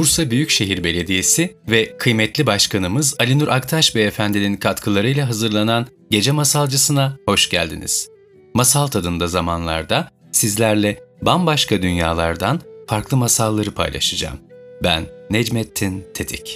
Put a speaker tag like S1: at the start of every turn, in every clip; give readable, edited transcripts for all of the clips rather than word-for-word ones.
S1: Bursa Büyükşehir Belediyesi ve kıymetli başkanımız Ali Nur Aktaş Beyefendi'nin katkılarıyla hazırlanan Gece Masalcısına hoş geldiniz. Masal tadında zamanlarda sizlerle bambaşka dünyalardan farklı masalları paylaşacağım. Ben Necmettin Tetik.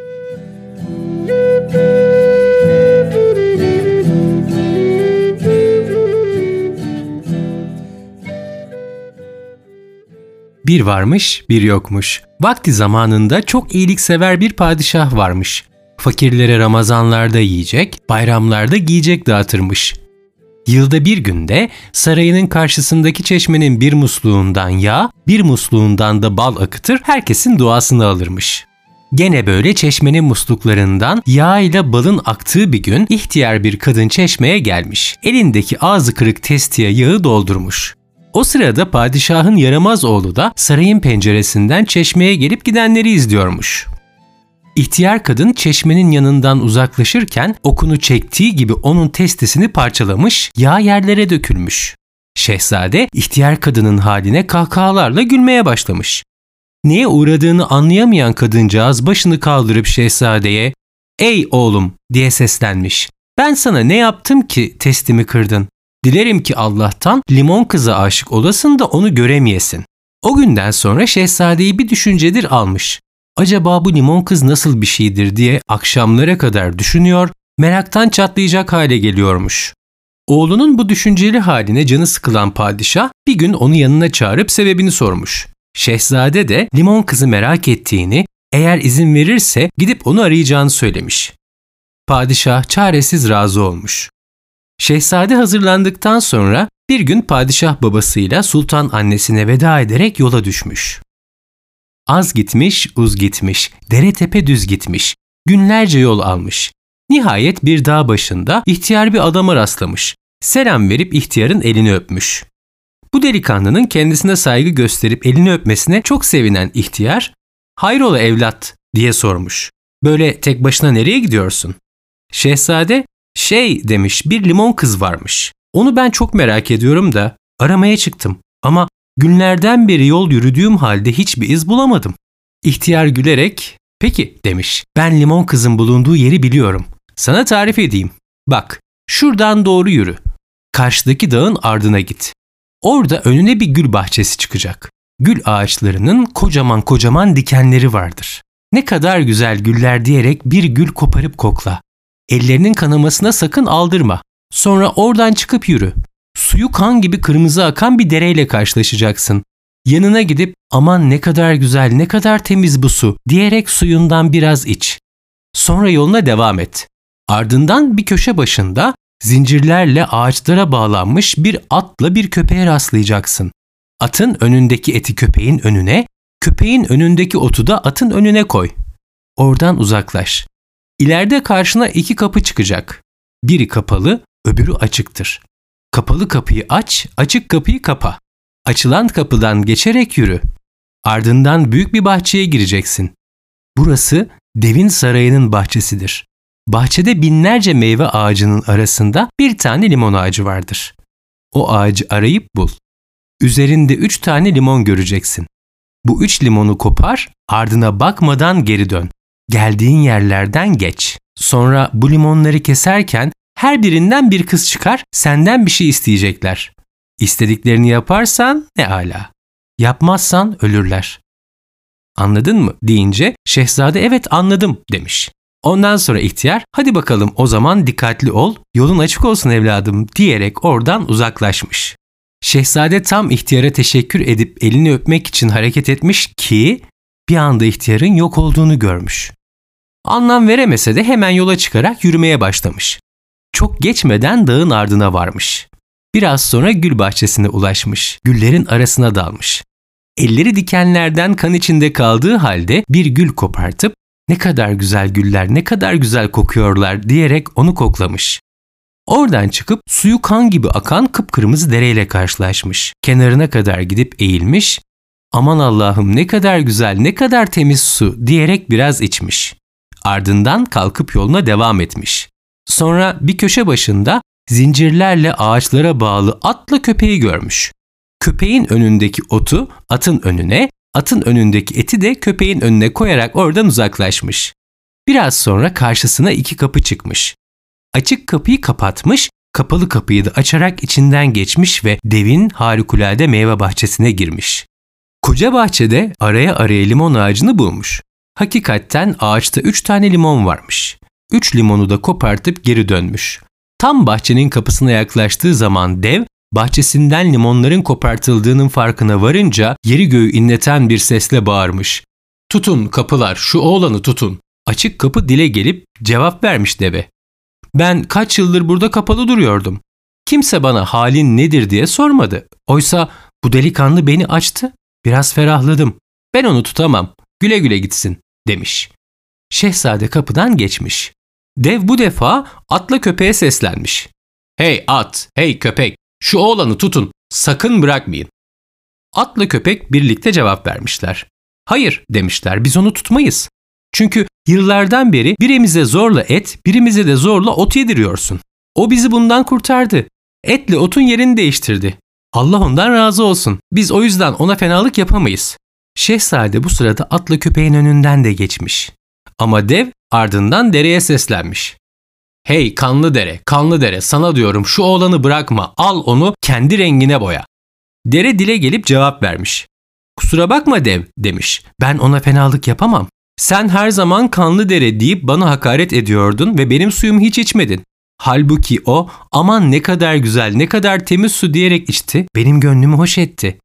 S1: Bir varmış, bir yokmuş. Vakti zamanında çok iyiliksever bir padişah varmış. Fakirlere Ramazanlarda yiyecek, bayramlarda giyecek dağıtırmış. Yılda bir günde sarayının karşısındaki çeşmenin bir musluğundan yağ, bir musluğundan da bal akıtır, herkesin duasını alırmış. Gene böyle çeşmenin musluklarından yağ ile balın aktığı bir gün ihtiyar bir kadın çeşmeye gelmiş. Elindeki ağzı kırık testiye yağı doldurmuş. O sırada padişahın yaramaz oğlu da sarayın penceresinden çeşmeye gelip gidenleri izliyormuş. İhtiyar kadın çeşmenin yanından uzaklaşırken okunu çektiği gibi onun testisini parçalamış, yağ yerlere dökülmüş. Şehzade ihtiyar kadının haline kahkahalarla gülmeye başlamış. Neye uğradığını anlayamayan kadıncağız başını kaldırıp şehzadeye "Ey oğlum" diye seslenmiş. "Ben sana ne yaptım ki testimi kırdın? Dilerim ki Allah'tan limon kıza aşık olasın da onu göremeyesin." O günden sonra şehzadeyi bir düşüncedir almış. Acaba bu limon kız nasıl bir şeydir diye akşamlara kadar düşünüyor, meraktan çatlayacak hale geliyormuş. Oğlunun bu düşünceli haline canı sıkılan padişah bir gün onu yanına çağırıp sebebini sormuş. Şehzade de limon kızı merak ettiğini, eğer izin verirse gidip onu arayacağını söylemiş. Padişah çaresiz razı olmuş. Şehzade hazırlandıktan sonra bir gün padişah babasıyla sultan annesine veda ederek yola düşmüş. Az gitmiş, uz gitmiş, dere tepe düz gitmiş, günlerce yol almış. Nihayet bir dağ başında ihtiyar bir adama rastlamış. Selam verip ihtiyarın elini öpmüş. Bu delikanlının kendisine saygı gösterip elini öpmesine çok sevinen ihtiyar, "Hayrola evlat?" diye sormuş. "Böyle tek başına nereye gidiyorsun?" Şehzade, demiş, "bir limon kız varmış. Onu ben çok merak ediyorum da aramaya çıktım ama günlerden beri yol yürüdüğüm halde hiçbir iz bulamadım." İhtiyar gülerek, "Peki" demiş, "ben limon kızın bulunduğu yeri biliyorum. Sana tarif edeyim. Bak, şuradan doğru yürü. Karşıdaki dağın ardına git. Orada önüne bir gül bahçesi çıkacak. Gül ağaçlarının kocaman kocaman dikenleri vardır. Ne kadar güzel güller diyerek bir gül koparıp kokla. Ellerinin kanamasına sakın aldırma. Sonra oradan çıkıp yürü. Suyu kan gibi kırmızı akan bir dereyle karşılaşacaksın. Yanına gidip 'Aman ne kadar güzel, ne kadar temiz bu su' diyerek suyundan biraz iç. Sonra yoluna devam et. Ardından bir köşe başında zincirlerle ağaçlara bağlanmış bir atla bir köpeğe rastlayacaksın. Atın önündeki eti köpeğin önüne, köpeğin önündeki otu da atın önüne koy. Oradan uzaklaş. İleride karşına 2 kapı çıkacak. Biri kapalı, öbürü açıktır. Kapalı kapıyı aç, açık kapıyı kapa. Açılan kapıdan geçerek yürü. Ardından büyük bir bahçeye gireceksin. Burası devin sarayının bahçesidir. Bahçede binlerce meyve ağacının arasında bir tane limon ağacı vardır. O ağacı arayıp bul. Üzerinde 3 tane limon göreceksin. Bu 3 limonu kopar, ardına bakmadan geri dön. Geldiğin yerlerden geç. Sonra bu limonları keserken her birinden bir kız çıkar, senden bir şey isteyecekler. İstediklerini yaparsan ne âlâ. Yapmazsan ölürler. Anladın mı deyince şehzade "Evet anladım" demiş. Ondan sonra ihtiyar "Hadi bakalım o zaman dikkatli ol, yolun açık olsun evladım" diyerek oradan uzaklaşmış. Şehzade tam ihtiyara teşekkür edip elini öpmek için hareket etmiş ki bir anda ihtiyarın yok olduğunu görmüş. Anlam veremese de hemen yola çıkarak yürümeye başlamış. Çok geçmeden dağın ardına varmış. Biraz sonra gül bahçesine ulaşmış, güllerin arasına dalmış. Elleri dikenlerden kan içinde kaldığı halde bir gül kopartıp "Ne kadar güzel güller, ne kadar güzel kokuyorlar" diyerek onu koklamış. Oradan çıkıp suyu kan gibi akan kıpkırmızı dereyle karşılaşmış. Kenarına kadar gidip eğilmiş, "Aman Allah'ım ne kadar güzel, ne kadar temiz su" diyerek biraz içmiş. Ardından kalkıp yoluna devam etmiş. Sonra bir köşe başında zincirlerle ağaçlara bağlı atla köpeği görmüş. Köpeğin önündeki otu atın önüne, Atın önündeki eti de köpeğin önüne koyarak oradan uzaklaşmış. Biraz sonra karşısına 2 kapı çıkmış. Açık kapıyı kapatmış, kapalı kapıyı da açarak içinden geçmiş ve devin harikulade meyve bahçesine girmiş. Koca bahçede araya araya limon ağacını bulmuş. Hakikaten ağaçta 3 tane limon varmış. 3 limonu da kopartıp geri dönmüş. Tam bahçenin kapısına yaklaştığı zaman dev, bahçesinden limonların kopartıldığının farkına varınca yeri göğü inleten bir sesle bağırmış. "Tutun kapılar, şu oğlanı tutun." Açık kapı dile gelip cevap vermiş deve. "Ben kaç yıldır burada kapalı duruyordum. Kimse bana halin nedir diye sormadı. Oysa bu delikanlı beni açtı. Biraz ferahladım. Ben onu tutamam. Güle güle gitsin," demiş. Şehzade kapıdan geçmiş. Dev bu defa atla köpeğe seslenmiş. "Hey at, hey köpek, şu oğlanı tutun, sakın bırakmayın." Atla köpek birlikte cevap vermişler. "Hayır," demişler, "biz onu tutmayız. Çünkü yıllardan beri birimize zorla et, birimize de zorla ot yediriyorsun. O bizi bundan kurtardı. Etle otun yerini değiştirdi. Allah ondan razı olsun. Biz o yüzden ona fenalık yapamayız." Şehzade bu sırada atla köpeğin önünden de geçmiş. Ama dev ardından dereye seslenmiş. "Hey kanlı dere, kanlı dere, sana diyorum şu oğlanı bırakma, al onu kendi rengine boya." Dere dile gelip cevap vermiş. "Kusura bakma dev," demiş, "ben ona fenalık yapamam. Sen her zaman kanlı dere deyip bana hakaret ediyordun ve benim suyumu hiç içmedin. Halbuki o aman ne kadar güzel, ne kadar temiz su diyerek içti, benim gönlümü hoş etti.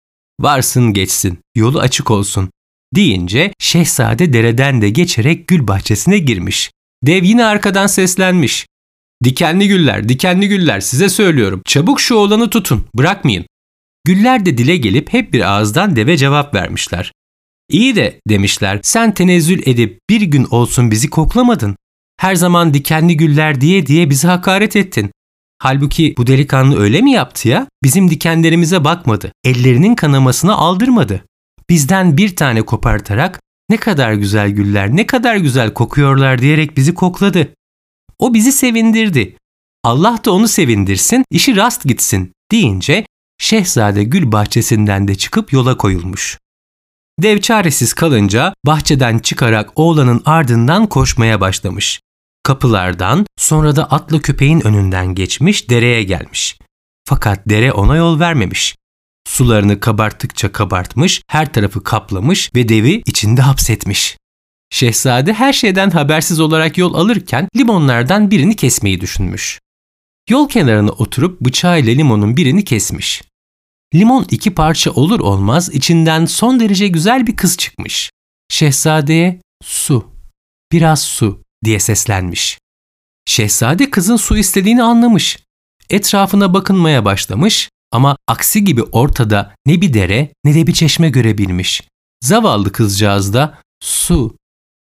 S1: Varsın geçsin, yolu açık olsun," deyince şehzade dereden de geçerek gül bahçesine girmiş. Dev yine arkadan seslenmiş. "Dikenli güller, dikenli güller, size söylüyorum. Çabuk şu oğlanı tutun, bırakmayın." Güller de dile gelip hep bir ağızdan deve cevap vermişler. "İyi de," demişler, "sen tenezzül edip bir gün olsun bizi koklamadın. Her zaman dikenli güller diye diye bizi hakaret ettin. Halbuki bu delikanlı öyle mi yaptı ya? Bizim dikenlerimize bakmadı, ellerinin kanamasına aldırmadı. Bizden bir tane kopartarak ne kadar güzel güller, ne kadar güzel kokuyorlar diyerek bizi kokladı. O bizi sevindirdi. Allah da onu sevindirsin, işi rast gitsin," deyince şehzade gül bahçesinden de çıkıp yola koyulmuş. Dev çaresiz kalınca bahçeden çıkarak oğlanın ardından koşmaya başlamış. Kapılardan, sonra da atlı köpeğin önünden geçmiş, dereye gelmiş. Fakat dere ona yol vermemiş. Sularını kabarttıkça kabartmış, her tarafı kaplamış ve devi içinde hapsetmiş. Şehzade her şeyden habersiz olarak yol alırken limonlardan birini kesmeyi düşünmüş. Yol kenarına oturup bıçağıyla limonun birini kesmiş. Limon 2 parça olur olmaz içinden son derece güzel bir kız çıkmış. Şehzadeye "Su, biraz su," diye seslenmiş. Şehzade kızın su istediğini anlamış. Etrafına bakınmaya başlamış ama aksi gibi ortada ne bir dere ne de bir çeşme görebilmiş. Zavallı kızcağız da "Su,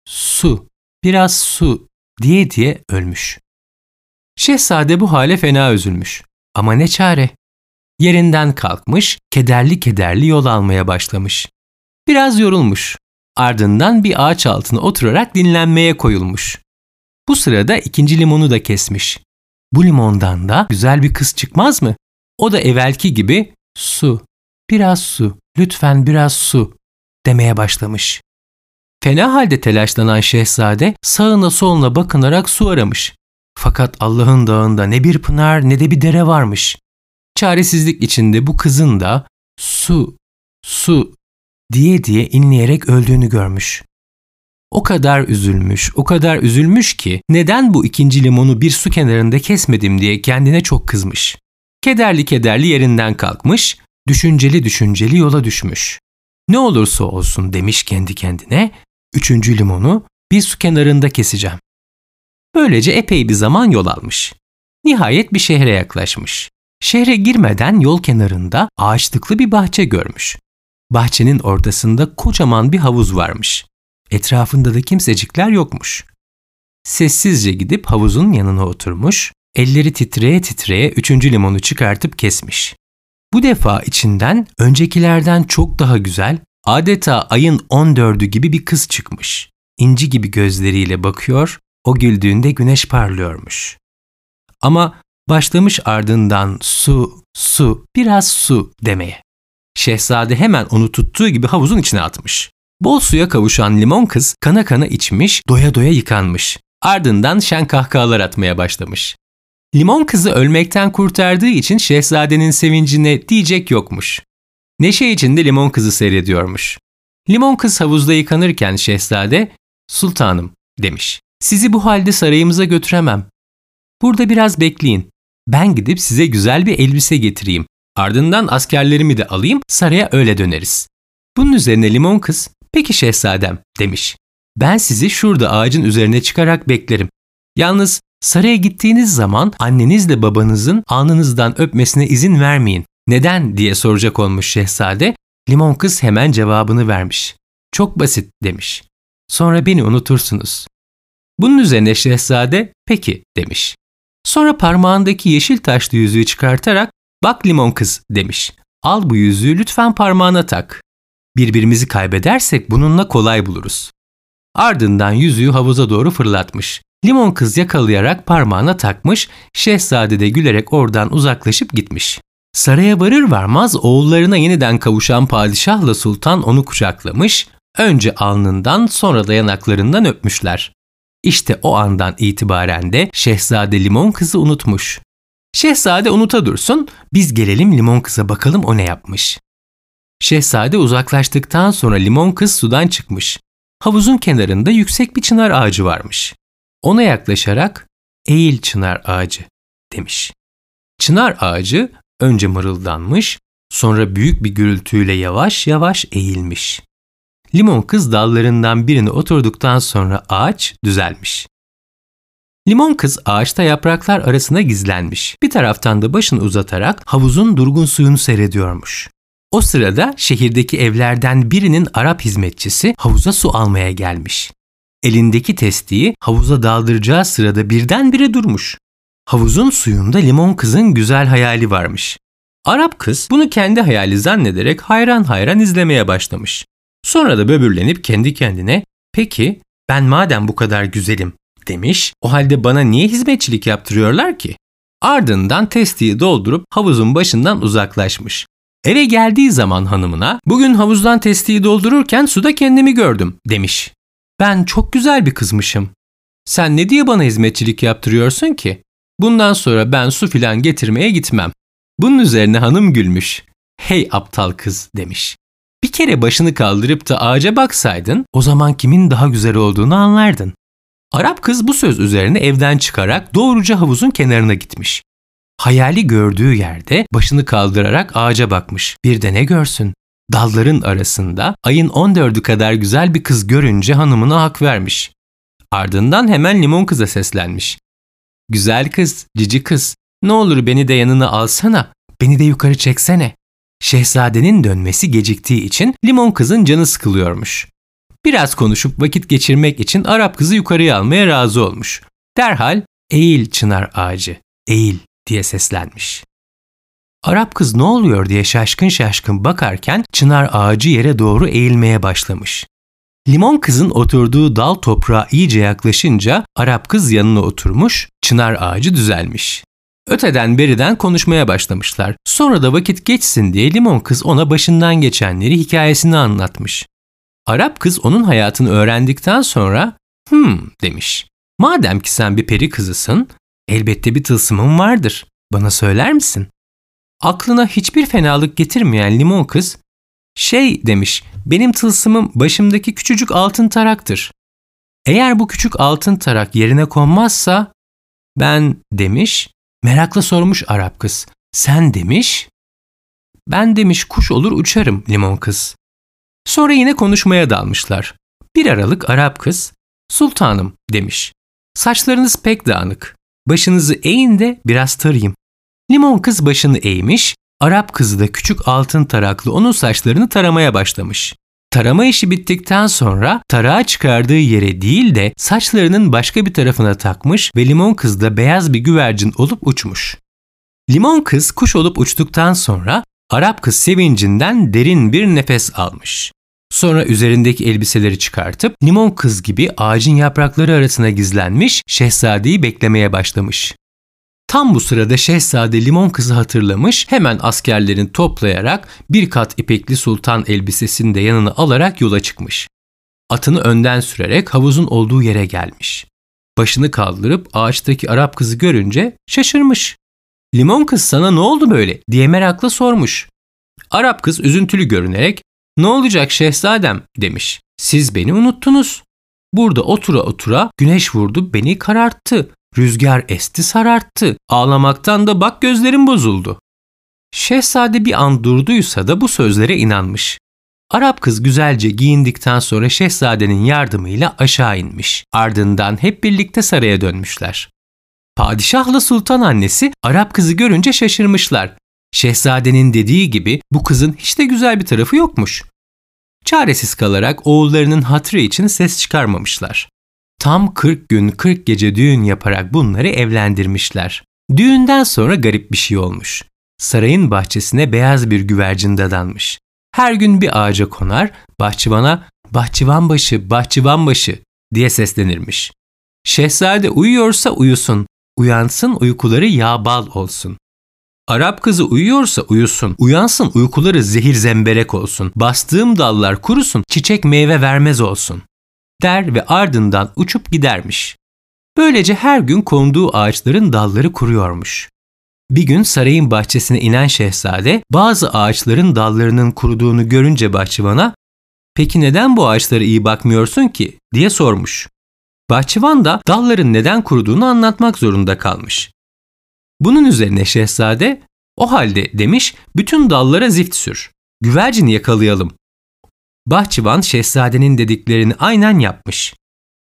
S1: su, biraz su," diye diye ölmüş. Şehzade bu hale fena üzülmüş. Ama ne çare? Yerinden kalkmış, kederli kederli yol almaya başlamış. Biraz yorulmuş. Ardından bir ağaç altına oturarak dinlenmeye koyulmuş. Bu sırada 2. limonu da kesmiş. Bu limondan da güzel bir kız çıkmaz mı? O da evvelki gibi "Su, biraz su, lütfen biraz su," demeye başlamış. Fena halde telaşlanan şehzade sağına soluna bakınarak su aramış. Fakat Allah'ın dağında ne bir pınar ne de bir dere varmış. Çaresizlik içinde bu kızın da "Su, su," diye diye inleyerek öldüğünü görmüş. O kadar üzülmüş, o kadar üzülmüş ki neden bu 2. limonu bir su kenarında kesmedim diye kendine çok kızmış. Kederli kederli yerinden kalkmış, düşünceli düşünceli yola düşmüş. Ne olursa olsun demiş kendi kendine, 3. limonu bir su kenarında keseceğim. Böylece epey bir zaman yol almış. Nihayet bir şehre yaklaşmış. Şehre girmeden yol kenarında ağaçlıklı bir bahçe görmüş. Bahçenin ortasında kocaman bir havuz varmış. Etrafında da kimsecikler yokmuş. Sessizce gidip havuzun yanına oturmuş, elleri titreye titreye 3. limonu çıkartıp kesmiş. Bu defa içinden öncekilerden çok daha güzel, adeta ayın 14'ü gibi bir kız çıkmış. İnci gibi gözleriyle bakıyor, o güldüğünde güneş parlıyormuş. Ama başlamış ardından "Su, su, biraz su," demeye. Şehzade hemen onu tuttuğu gibi havuzun içine atmış. Bol suya kavuşan limon kız kana kana içmiş, doya doya yıkanmış. Ardından şen kahkahalar atmaya başlamış. Limon kızı ölmekten kurtardığı için şehzadenin sevincine diyecek yokmuş. Neşe içinde limon kızı seyrediyormuş. Limon kız havuzda yıkanırken şehzade, "Sultanım," demiş, "sizi bu halde sarayımıza götüremem. Burada biraz bekleyin. Ben gidip size güzel bir elbise getireyim. Ardından askerlerimi de alayım, saraya öyle döneriz." Bunun üzerine limon kız, "Peki şehzadem," demiş. "Ben sizi şurada ağacın üzerine çıkarak beklerim. Yalnız saraya gittiğiniz zaman annenizle babanızın alnınızdan öpmesine izin vermeyin." "Neden?" diye soracak olmuş şehzade. Limon kız hemen cevabını vermiş. "Çok basit," demiş. "Sonra beni unutursunuz." Bunun üzerine şehzade, "Peki," demiş. Sonra parmağındaki yeşil taşlı yüzüğü çıkartarak, "Bak limon kız," demiş. "Al bu yüzüğü lütfen parmağına tak. Birbirimizi kaybedersek bununla kolay buluruz." Ardından yüzüğü havuza doğru fırlatmış. Limon kız yakalayarak parmağına takmış, şehzade de gülerek oradan uzaklaşıp gitmiş. Saraya varır varmaz oğullarına yeniden kavuşan padişahla sultan onu kucaklamış, önce alnından sonra da yanaklarından öpmüşler. İşte o andan itibaren de şehzade limon kızı unutmuş. Şehzade unuta dursun, biz gelelim limon kıza bakalım o ne yapmış. Şehzade uzaklaştıktan sonra limon kız sudan çıkmış. Havuzun kenarında yüksek bir çınar ağacı varmış. Ona yaklaşarak, "Eğil çınar ağacı," demiş. Çınar ağacı önce mırıldanmış, sonra büyük bir gürültüyle yavaş yavaş eğilmiş. Limon kız dallarından birine oturduktan sonra ağaç düzelmiş. Limon kız ağaçta yapraklar arasına gizlenmiş. Bir taraftan da başını uzatarak havuzun durgun suyunu seyrediyormuş. O sırada şehirdeki evlerden birinin Arap hizmetçisi havuza su almaya gelmiş. Elindeki testiyi havuza daldıracağı sırada birdenbire durmuş. Havuzun suyunda limon kızın güzel hayali varmış. Arap kız bunu kendi hayali zannederek hayran hayran izlemeye başlamış. Sonra da böbürlenip kendi kendine, "Peki ben madem bu kadar güzelim," demiş, "o halde bana niye hizmetçilik yaptırıyorlar ki?" Ardından testiyi doldurup havuzun başından uzaklaşmış. Eve geldiği zaman hanımına, "Bugün havuzdan testiyi doldururken suda kendimi gördüm," demiş. "Ben çok güzel bir kızmışım. Sen ne diye bana hizmetçilik yaptırıyorsun ki? Bundan sonra ben su filan getirmeye gitmem." Bunun üzerine hanım gülmüş. "Hey aptal kız," demiş. "Bir kere başını kaldırıp da ağaca baksaydın, o zaman kimin daha güzel olduğunu anlardın." Arap kız bu söz üzerine evden çıkarak doğruca havuzun kenarına gitmiş. Hayali gördüğü yerde başını kaldırarak ağaca bakmış. Bir de ne görsün? Dalların arasında ayın 14'ü kadar güzel bir kız görünce hanımına hak vermiş. Ardından hemen limon kıza seslenmiş. "Güzel kız, cici kız, ne olur beni de yanına alsana, beni de yukarı çeksene." Şehzadenin dönmesi geciktiği için limon kızın canı sıkılıyormuş. Biraz konuşup vakit geçirmek için Arap kızı yukarıya almaya razı olmuş. Derhal, "Eğil çınar ağacı, eğil," diye seslenmiş. Arap kız ne oluyor diye şaşkın şaşkın bakarken çınar ağacı yere doğru eğilmeye başlamış. Limon kızın oturduğu dal toprağa iyice yaklaşınca Arap kız yanına oturmuş, çınar ağacı düzelmiş. Öteden beriden konuşmaya başlamışlar. Sonra da vakit geçsin diye limon kız ona başından geçenleri hikayesini anlatmış. Arap kız onun hayatını öğrendikten sonra demiş. "Madem ki sen bir peri kızısın, elbette bir tılsımın vardır. Bana söyler misin?" Aklına hiçbir fenalık getirmeyen limon kız, demiş, "Benim tılsımım başımdaki küçücük altın taraktır. Eğer bu küçük altın tarak yerine konmazsa," "Ben," demiş. Merakla sormuş Arap kız. "Sen," demiş. "Ben," demiş, "kuş olur uçarım," limon kız. Sonra yine konuşmaya dalmışlar. Bir aralık Arap kız, "Sultanım," demiş. "Saçlarınız pek dağınık. Başınızı eğin de biraz tarayayım." Limon kız başını eğmiş, Arap kızı da küçük altın taraklı onun saçlarını taramaya başlamış. Tarama işi bittikten sonra tarağı çıkardığı yere değil de saçlarının başka bir tarafına takmış ve limon kız da beyaz bir güvercin olup uçmuş. Limon kız kuş olup uçtuktan sonra Arap kız sevincinden derin bir nefes almış. Sonra üzerindeki elbiseleri çıkartıp limon kız gibi ağacın yaprakları arasına gizlenmiş, şehzadeyi beklemeye başlamış. Tam bu sırada şehzade limon kızı hatırlamış, hemen askerlerini toplayarak bir kat ipekli sultan elbisesini de yanına alarak yola çıkmış. Atını önden sürerek havuzun olduğu yere gelmiş. Başını kaldırıp ağaçtaki Arap kızı görünce şaşırmış. "Limon kız, sana ne oldu böyle?" diye merakla sormuş. Arap kız üzüntülü görünerek "Ne olacak şehzadem?" demiş. "Siz beni unuttunuz. Burada otura otura güneş vurdu, beni kararttı. Rüzgar esti, sararttı. Ağlamaktan da bak gözlerim bozuldu." Şehzade bir an durduysa da bu sözlere inanmış. Arap kız güzelce giyindikten sonra şehzadenin yardımıyla aşağı inmiş. Ardından hep birlikte saraya dönmüşler. Padişahla sultan annesi Arap kızı görünce şaşırmışlar. Şehzadenin dediği gibi bu kızın hiç de güzel bir tarafı yokmuş. Çaresiz kalarak oğullarının hatırı için ses çıkarmamışlar. Tam 40 gün 40 gece düğün yaparak bunları evlendirmişler. Düğünden sonra garip bir şey olmuş. Sarayın bahçesine beyaz bir güvercin dadanmış. Her gün bir ağaca konar, bahçıvana "Bahçıvan başı, bahçıvan başı" diye seslenirmiş. Şehzade uyuyorsa uyusun, uyansın uykuları yağ bal olsun. Arap kızı uyuyorsa uyusun, uyansın uykuları zehir zemberek olsun. Bastığım dallar kurusun, çiçek meyve vermez olsun der ve ardından uçup gidermiş. Böylece her gün konduğu ağaçların dalları kuruyormuş. Bir gün sarayın bahçesine inen şehzade bazı ağaçların dallarının kuruduğunu görünce bahçıvana "Peki neden bu ağaçlara iyi bakmıyorsun ki?" diye sormuş. Bahçıvan da dalların neden kuruduğunu anlatmak zorunda kalmış. Bunun üzerine şehzade "O halde" demiş, "bütün dallara zift sür. Güvercini yakalayalım." Bahçıvan şehzadenin dediklerini aynen yapmış.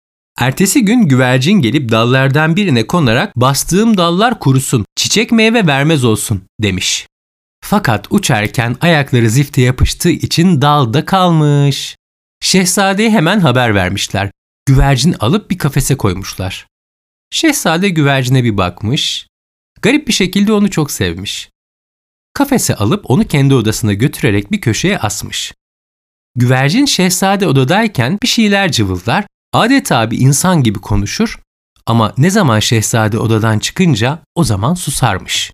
S1: Ertesi gün güvercin gelip dallardan birine konarak "Bastığım dallar kurusun, çiçek meyve vermez olsun" demiş. Fakat uçarken ayakları zifte yapıştığı için dalda kalmış. Şehzadeye hemen haber vermişler. Güvercin alıp bir kafese koymuşlar. Şehzade güvercine bir bakmış. Garip bir şekilde onu çok sevmiş. Kafese alıp onu kendi odasına götürerek bir köşeye asmış. Güvercin şehzade odadayken bir şeyler cıvıldar, adeta bir insan gibi konuşur ama ne zaman şehzade odadan çıkınca o zaman susarmış.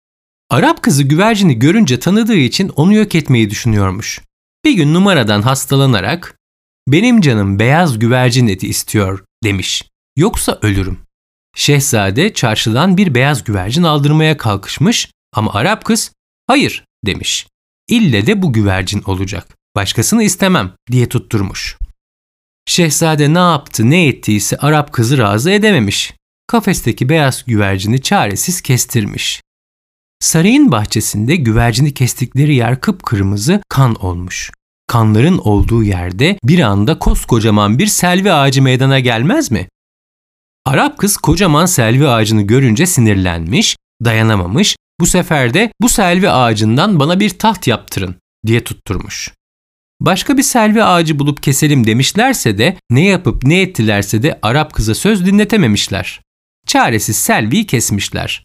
S1: Arap kızı güvercini görünce tanıdığı için onu yok etmeyi düşünüyormuş. Bir gün numaradan hastalanarak "Benim canım beyaz güvercin eti istiyor" demiş. "Yoksa ölürüm." Şehzade çarşıdan bir beyaz güvercin aldırmaya kalkışmış ama Arap kız "Hayır" demiş. "İlle de bu güvercin olacak. Başkasını istemem" diye tutturmuş. Şehzade ne yaptı ne ettiyse Arap kızı razı edememiş. Kafesteki beyaz güvercini çaresiz kestirmiş. Sarayın bahçesinde güvercini kestikleri yer kıpkırmızı kan olmuş. Kanların olduğu yerde bir anda koskocaman bir selvi ağacı meydana gelmez mi? Arap kız kocaman selvi ağacını görünce sinirlenmiş, dayanamamış, bu sefer de "Bu selvi ağacından bana bir taht yaptırın" diye tutturmuş. Başka bir selvi ağacı bulup keselim demişlerse de ne yapıp ne ettilerse de Arap kıza söz dinletememişler. Çaresiz selviyi kesmişler.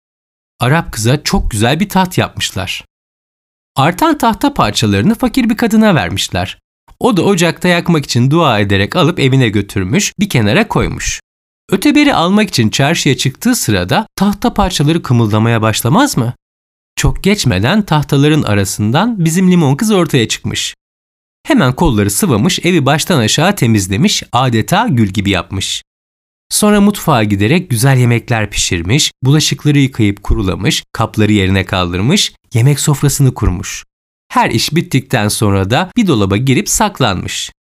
S1: Arap kıza çok güzel bir taht yapmışlar. Artan tahta parçalarını fakir bir kadına vermişler. O da ocakta yakmak için dua ederek alıp evine götürmüş, bir kenara koymuş. Öteberi almak için çarşıya çıktığı sırada tahta parçaları kımıldamaya başlamaz mı? Çok geçmeden tahtaların arasından bizim limon kız ortaya çıkmış. Hemen kolları sıvamış, evi baştan aşağı temizlemiş, adeta gül gibi yapmış. Sonra mutfağa giderek güzel yemekler pişirmiş, bulaşıkları yıkayıp kurulamış, kapları yerine kaldırmış, yemek sofrasını kurmuş. Her iş bittikten sonra da bir dolaba girip saklanmış.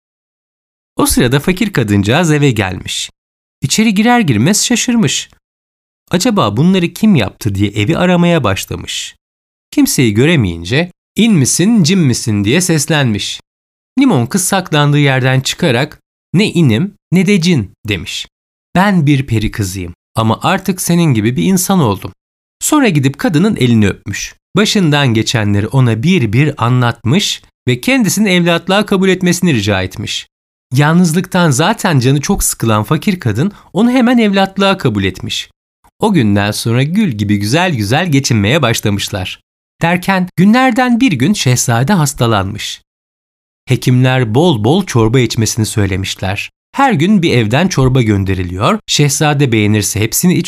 S1: O sırada fakir kadıncağız eve gelmiş. İçeri girer girmez şaşırmış. Acaba bunları kim yaptı diye evi aramaya başlamış. Kimseyi göremeyince "İn misin, cin misin?" diye seslenmiş. Limon kız saklandığı yerden çıkarak "Ne inim ne de cin" demiş. "Ben bir peri kızıyım ama artık senin gibi bir insan oldum." Sonra gidip kadının elini öpmüş. Başından geçenleri ona bir bir anlatmış ve kendisini evlatlığa kabul etmesini rica etmiş. Yalnızlıktan zaten canı çok sıkılan fakir kadın onu hemen evlatlığa kabul etmiş. O günden sonra gül gibi güzel güzel geçinmeye başlamışlar. Derken günlerden bir gün şehzade hastalanmış. Hekimler bol bol çorba içmesini söylemişler. Her gün bir evden çorba gönderiliyor, şehzade beğenirse hepsini içiyor,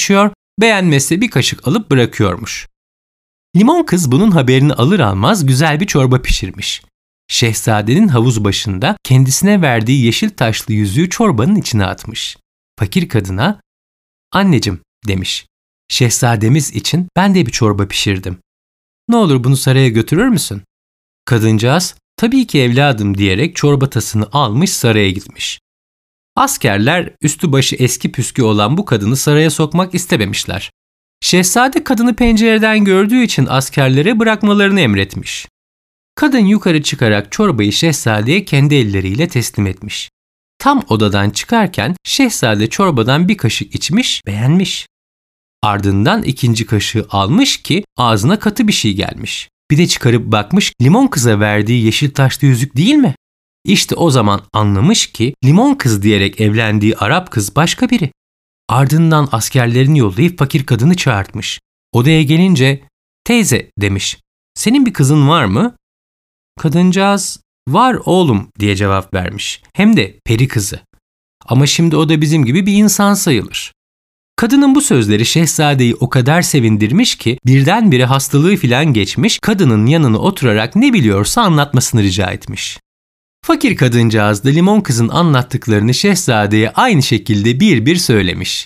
S1: Beğenmezse bir kaşık alıp bırakıyormuş. Limon kız bunun haberini alır almaz güzel bir çorba pişirmiş. Şehzadenin havuz başında kendisine verdiği yeşil taşlı yüzüğü çorbanın içine atmış. Fakir kadına, "Anneciğim," demiş, "şehzademiz için ben de bir çorba pişirdim. Ne olur bunu saraya götürür müsün?" Kadıncağız, "Tabii ki evladım," diyerek çorba tasını almış saraya gitmiş. Askerler üstü başı eski püskü olan bu kadını saraya sokmak istememişler. Şehzade kadını pencereden gördüğü için askerlere bırakmalarını emretmiş. Kadın yukarı çıkarak çorbayı şehzadeye kendi elleriyle teslim etmiş. Tam odadan çıkarken şehzade çorbadan bir kaşık içmiş, beğenmiş. Ardından ikinci kaşığı almış ki ağzına katı bir şey gelmiş. Bir de çıkarıp bakmış, limon kıza verdiği yeşil taşlı yüzük değil mi? İşte o zaman anlamış ki limon kız diyerek evlendiği Arap kız başka biri. Ardından askerlerini yollayıp fakir kadını çağırtmış. Odaya gelince, "Teyze," demiş, "senin bir kızın var mı?" Kadıncağız, "Var oğlum," diye cevap vermiş. "Hem de peri kızı. Ama şimdi o da bizim gibi bir insan sayılır." Kadının bu sözleri şehzadeyi o kadar sevindirmiş ki birdenbire hastalığı filan geçmiş, kadının yanına oturarak ne biliyorsa anlatmasını rica etmiş. Fakir kadıncağız da limon kızın anlattıklarını şehzadeye aynı şekilde bir bir söylemiş.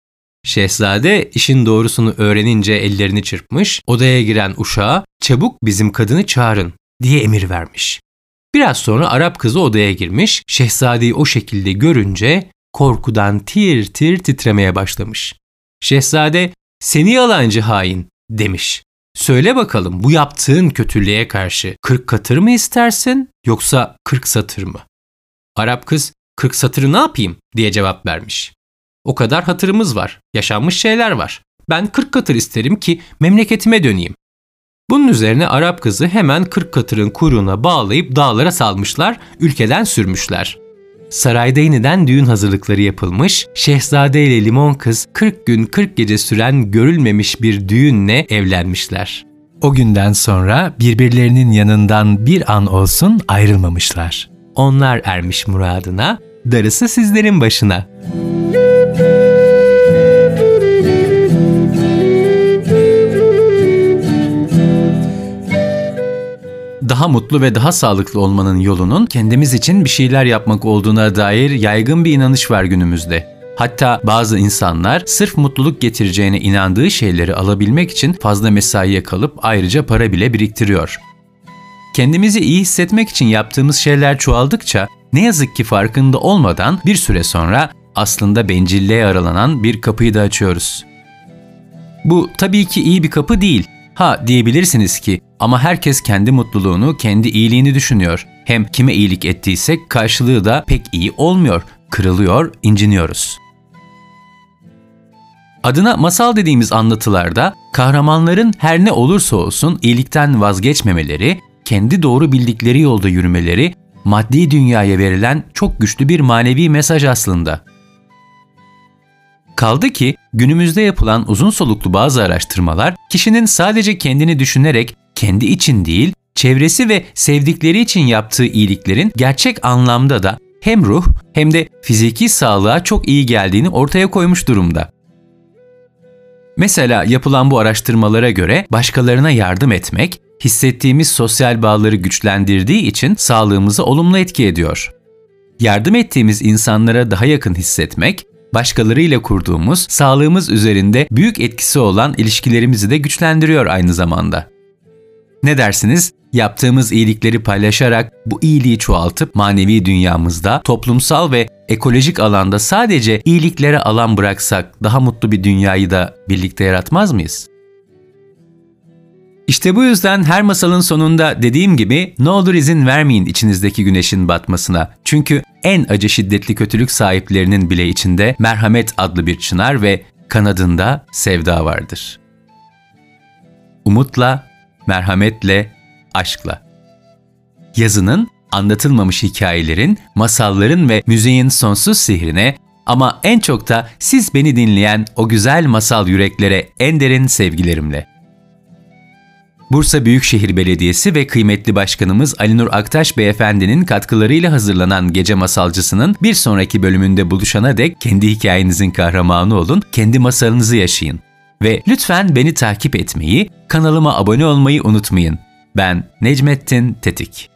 S1: Şehzade işin doğrusunu öğrenince ellerini çırpmış, odaya giren uşağa "Çabuk bizim kadını çağırın," diye emir vermiş. Biraz sonra Arap kızı odaya girmiş, şehzadeyi o şekilde görünce korkudan tir tir titremeye başlamış. Şehzade, "Seni yalancı hain," demiş. "Söyle bakalım, bu yaptığın kötülüğe karşı 40 katır mı istersin yoksa 40 satır mı?" Arap kız, "40 satırı ne yapayım?" diye cevap vermiş. "O kadar hatırımız var, yaşanmış şeyler var. Ben 40 katır isterim ki memleketime döneyim." Bunun üzerine Arap kızı hemen 40 katırın kuyruğuna bağlayıp dağlara salmışlar, ülkeden sürmüşler. Sarayda yeniden düğün hazırlıkları yapılmış, şehzade ile limon kız 40 gün 40 gece süren görülmemiş bir düğünle evlenmişler. O günden sonra birbirlerinin yanından bir an olsun ayrılmamışlar. Onlar ermiş muradına, darısı sizlerin başına. Daha mutlu ve daha sağlıklı olmanın yolunun kendimiz için bir şeyler yapmak olduğuna dair yaygın bir inanış var günümüzde. Hatta bazı insanlar sırf mutluluk getireceğine inandığı şeyleri alabilmek için fazla mesaiye kalıp ayrıca para bile biriktiriyor. Kendimizi iyi hissetmek için yaptığımız şeyler çoğaldıkça ne yazık ki farkında olmadan bir süre sonra aslında bencilliğe aralanan bir kapıyı da açıyoruz. Bu tabii ki iyi bir kapı değil. Ha diyebilirsiniz ki ama herkes kendi mutluluğunu, kendi iyiliğini düşünüyor. Hem kime iyilik ettiysek karşılığı da pek iyi olmuyor. Kırılıyor, inciniyoruz. Adına masal dediğimiz anlatılarda kahramanların her ne olursa olsun iyilikten vazgeçmemeleri, kendi doğru bildikleri yolda yürümeleri, maddi dünyaya verilen çok güçlü bir manevi mesaj aslında. Kaldı ki günümüzde yapılan uzun soluklu bazı araştırmalar kişinin sadece kendini düşünerek kendi için değil, çevresi ve sevdikleri için yaptığı iyiliklerin gerçek anlamda da hem ruh hem de fiziki sağlığa çok iyi geldiğini ortaya koymuş durumda. Mesela yapılan bu araştırmalara göre başkalarına yardım etmek, hissettiğimiz sosyal bağları güçlendirdiği için sağlığımıza olumlu etki ediyor. Yardım ettiğimiz insanlara daha yakın hissetmek, başkalarıyla kurduğumuz, sağlığımız üzerinde büyük etkisi olan ilişkilerimizi de güçlendiriyor aynı zamanda. Ne dersiniz? Yaptığımız iyilikleri paylaşarak bu iyiliği çoğaltıp manevi dünyamızda, toplumsal ve ekolojik alanda sadece iyiliklere alan bıraksak daha mutlu bir dünyayı da birlikte yaratmaz mıyız? İşte bu yüzden her masalın sonunda dediğim gibi ne olur izin vermeyin içinizdeki güneşin batmasına. Çünkü en acı şiddetli kötülük sahiplerinin bile içinde merhamet adlı bir çınar ve kanadında sevda vardır. Umutla, merhametle, aşkla. Yazının, anlatılmamış hikayelerin, masalların ve müziğin sonsuz sihrine ama en çok da siz beni dinleyen o güzel masal yüreklere en derin sevgilerimle. Bursa Büyükşehir Belediyesi ve kıymetli başkanımız Ali Nur Aktaş Beyefendi'nin katkılarıyla hazırlanan Gece Masalcısı'nın bir sonraki bölümünde buluşana dek kendi hikayenizin kahramanı olun, kendi masalınızı yaşayın.
S2: Ve lütfen beni takip etmeyi, kanalıma abone olmayı unutmayın. Ben Necmettin Tetik.